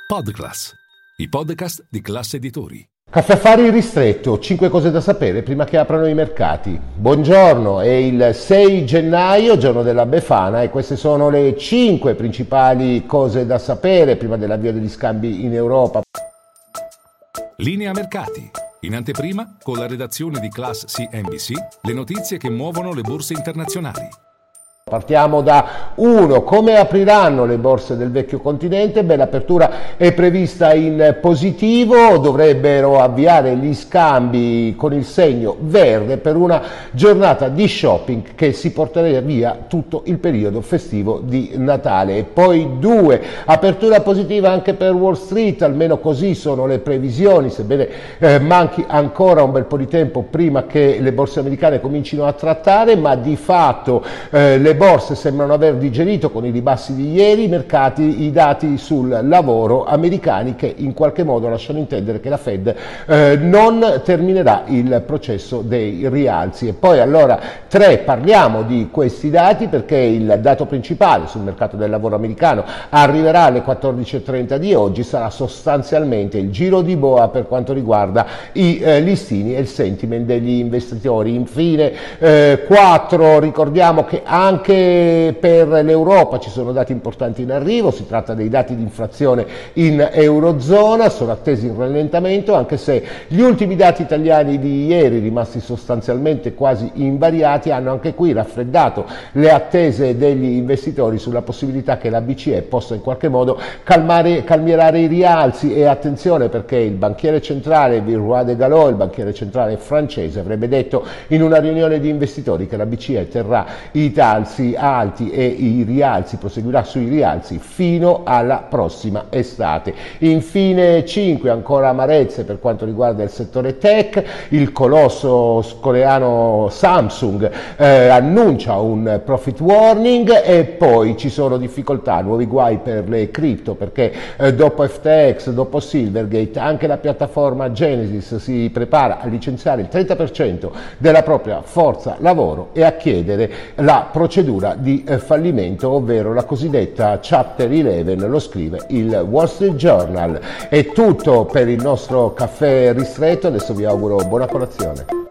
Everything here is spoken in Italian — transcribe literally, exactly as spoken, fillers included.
Podclass, i podcast di Class Editori. Caffè Affari ristretto, cinque cose da sapere prima che aprano i mercati. Buongiorno, è il sei gennaio, giorno della Befana, e queste sono le cinque principali cose da sapere prima dell'avvio degli scambi in Europa. Linea mercati. In anteprima, con la redazione di Class C N B C, le notizie che muovono le borse internazionali. Partiamo da uno, come apriranno le borse del vecchio continente? Beh, l'apertura è prevista in positivo, dovrebbero avviare gli scambi con il segno verde per una giornata di shopping che si porterà via tutto il periodo festivo di Natale. E poi due, apertura positiva anche per Wall Street, almeno così sono le previsioni, sebbene eh, manchi ancora un bel po' di tempo prima che le borse americane comincino a trattare, ma di fatto eh, le borse sembrano aver digerito con i ribassi di ieri i mercati, i dati sul lavoro americani, che in qualche modo lasciano intendere che la Fed eh, non terminerà il processo dei rialzi. E poi allora tre, parliamo di questi dati perché il dato principale sul mercato del lavoro americano arriverà alle quattordici e trenta di oggi, sarà sostanzialmente il giro di boa per quanto riguarda i eh, listini e il sentiment degli investitori. Infine eh, quattro, ricordiamo che anche per l'Europa ci sono dati importanti in arrivo, si tratta dei dati di inflazione in Eurozona, sono attesi in rallentamento, anche se gli ultimi dati italiani di ieri, rimasti sostanzialmente quasi invariati, hanno anche qui raffreddato le attese degli investitori sulla possibilità che la B C E possa in qualche modo calmare, calmierare i rialzi. E attenzione, perché il banchiere centrale Villeroy de Galhau, il banchiere centrale francese, avrebbe detto in una riunione di investitori che la B C E terrà i tassi alti e i rialzi, proseguirà sui rialzi fino alla prossima estate. Infine cinque, ancora amarezze per quanto riguarda il settore tech, il colosso coreano Samsung eh, annuncia un profit warning, e poi ci sono difficoltà, nuovi guai per le cripto, perché eh, dopo F T X, dopo Silvergate, anche la piattaforma Genesis si prepara a licenziare il trenta per cento della propria forza lavoro e a chiedere la procedura di fallimento, ovvero la cosiddetta Chapter undici, lo scrive il Wall Street Journal. È tutto per il nostro caffè ristretto, adesso vi auguro buona colazione.